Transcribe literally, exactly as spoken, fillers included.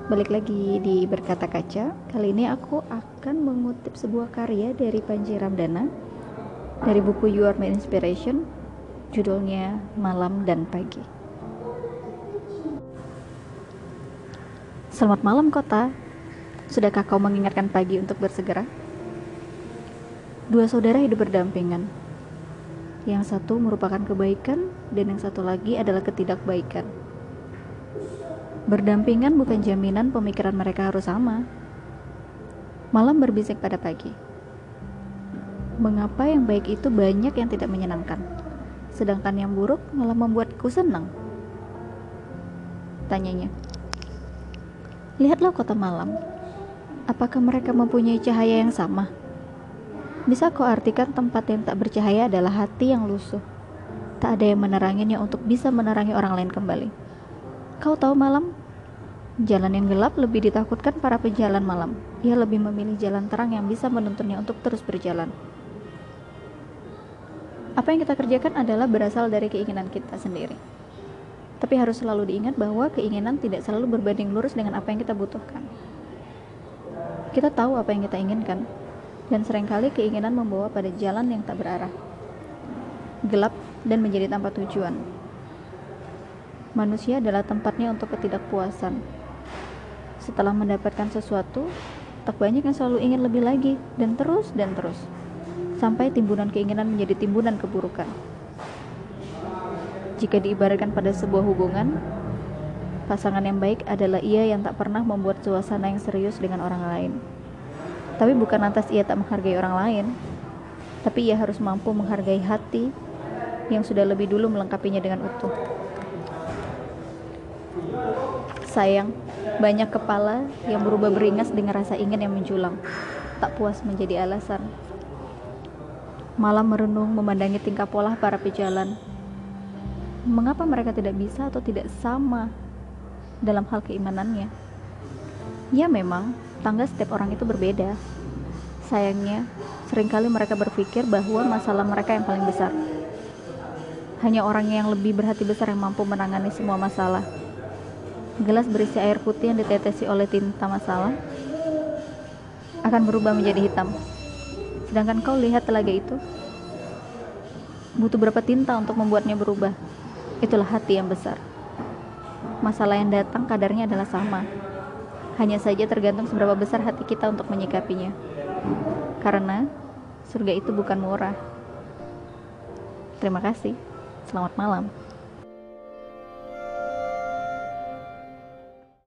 Balik lagi di Berkata Kaca. Kali ini aku akan mengutip sebuah karya dari Panji Ramdana dari buku You Are My Inspiration, judulnya Malam dan Pagi. Selamat malam kota. Sudahkah kau mengingatkan pagi untuk bersegera? Dua saudara hidup berdampingan. Yang satu merupakan kebaikan dan yang satu lagi adalah ketidakbaikan. Berdampingan bukan jaminan pemikiran mereka harus sama. Malam berbisik pada pagi. Mengapa yang baik itu banyak yang tidak menyenangkan, sedangkan yang buruk malah membuatku senang? Tanyanya. Lihatlah kota malam. Apakah mereka mempunyai cahaya yang sama? Bisa kau artikan tempat yang tak bercahaya adalah hati yang lusuh. Tak ada yang meneranginya untuk bisa menerangi orang lain kembali. Kau tahu malam? Jalan yang gelap lebih ditakutkan para pejalan malam. Ia lebih memilih jalan terang yang bisa menuntunnya untuk terus berjalan. Apa yang kita kerjakan adalah berasal dari keinginan kita sendiri. Tapi harus selalu diingat bahwa keinginan tidak selalu berbanding lurus dengan apa yang kita butuhkan. Kita tahu apa yang kita inginkan, dan seringkali keinginan membawa pada jalan yang tak berarah, gelap dan menjadi tanpa tujuan. Manusia adalah tempatnya untuk ketidakpuasan. Setelah mendapatkan sesuatu, tak banyak yang selalu ingin lebih lagi, dan terus dan terus, sampai timbunan keinginan menjadi timbunan keburukan. Jika diibaratkan pada sebuah hubungan, pasangan yang baik adalah ia yang tak pernah membuat suasana yang serius dengan orang lain. Tapi bukan lantas ia tak menghargai orang lain, tapi ia harus mampu menghargai hati yang sudah lebih dulu melengkapinya dengan utuh. Sayang, banyak kepala yang berubah beringas dengan rasa ingin yang menjulang, tak puas menjadi alasan. Malam merenung memandangi tingkah pola para pejalan. Mengapa mereka tidak bisa atau tidak sama dalam hal keimanannya? Ya memang, tangga setiap orang itu berbeda. Sayangnya, seringkali mereka berpikir bahwa masalah mereka yang paling besar. Hanya orang yang lebih berhati besar yang mampu menangani semua masalah. Gelas berisi air putih yang ditetesi oleh tinta masalah akan berubah menjadi hitam. Sedangkan kau lihat telaga itu, butuh berapa tinta untuk membuatnya berubah. Itulah hati yang besar. Masalah yang datang kadarnya adalah sama. Hanya saja tergantung seberapa besar hati kita untuk menyikapinya. Karena surga itu bukan murah. Terima kasih. Selamat malam.